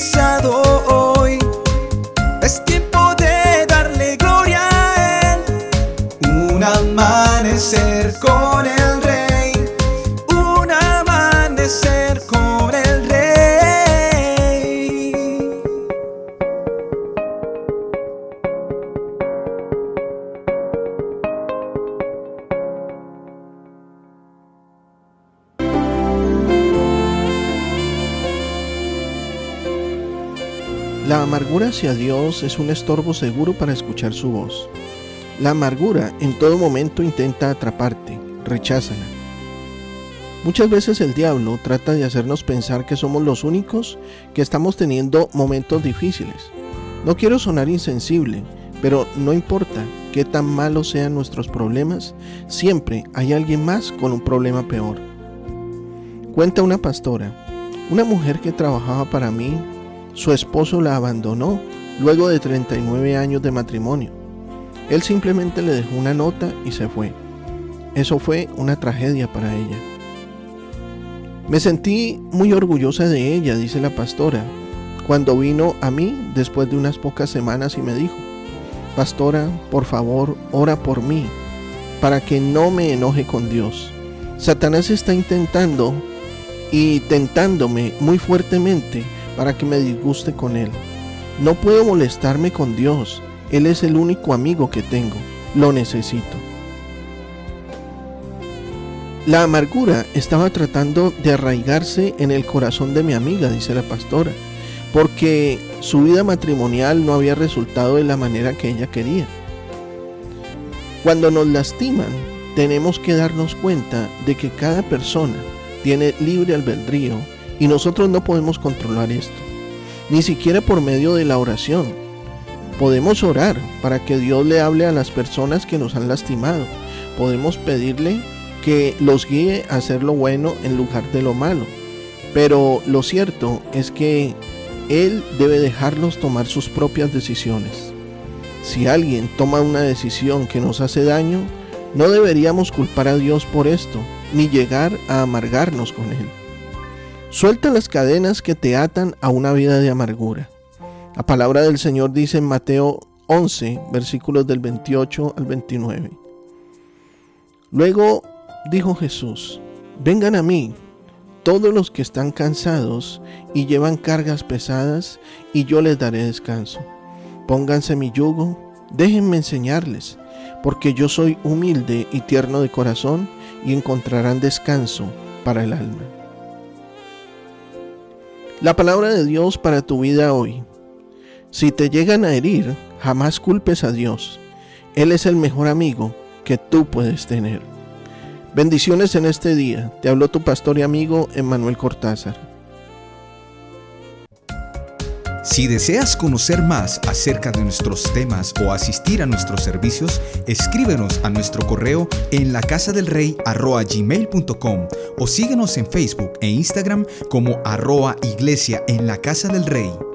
empezado hoy. Es tiempo de darle gloria a Él. Un amanecer con el Rey. Un amanecer con el Rey. La amargura hacia Dios es un estorbo seguro para escuchar su voz. La amargura en todo momento intenta atraparte, recházala. Muchas veces el diablo trata de hacernos pensar que somos los únicos que estamos teniendo momentos difíciles. No quiero sonar insensible, pero no importa qué tan malos sean nuestros problemas, siempre hay alguien más con un problema peor. Cuenta una pastora, una mujer que trabajaba para mí. Su esposo la abandonó luego de 39 años de matrimonio. Él simplemente le dejó una nota y se fue. Eso fue una tragedia para ella. Me sentí muy orgullosa de ella, dice la pastora, cuando vino a mí después de unas pocas semanas y me dijo: pastora, por favor, ora por mí, para que no me enoje con Dios. Satanás está intentando y tentándome muy fuertemente para que me disguste con Él. No puedo molestarme con Dios. Él es el único amigo que tengo. Lo necesito. La amargura estaba tratando de arraigarse en el corazón de mi amiga, dice la pastora, porque su vida matrimonial no había resultado de la manera que ella quería. Cuando nos lastiman, tenemos que darnos cuenta de que cada persona tiene libre albedrío y nosotros no podemos controlar esto, ni siquiera por medio de la oración. Podemos orar para que Dios le hable a las personas que nos han lastimado. Podemos pedirle que los guíe a hacer lo bueno en lugar de lo malo. Pero lo cierto es que Él debe dejarlos tomar sus propias decisiones. Si alguien toma una decisión que nos hace daño, no deberíamos culpar a Dios por esto, ni llegar a amargarnos con Él. Suelta las cadenas que te atan a una vida de amargura. La palabra del Señor dice en Mateo 11, versículos del 28 al 29. Luego dijo Jesús: vengan a mí, todos los que están cansados y llevan cargas pesadas, y yo les daré descanso. Pónganse mi yugo, déjenme enseñarles, porque yo soy humilde y tierno de corazón, y encontrarán descanso para el alma. La palabra de Dios para tu vida hoy. Si te llegan a herir, jamás culpes a Dios. Él es el mejor amigo que tú puedes tener. Bendiciones en este día. Te habló tu pastor y amigo Emmanuel Cortázar. Si deseas conocer más acerca de nuestros temas o asistir a nuestros servicios, escríbenos a nuestro correo en lacasadelrey@gmail.com o síguenos en Facebook e Instagram como @Iglesia en la Casa del Rey.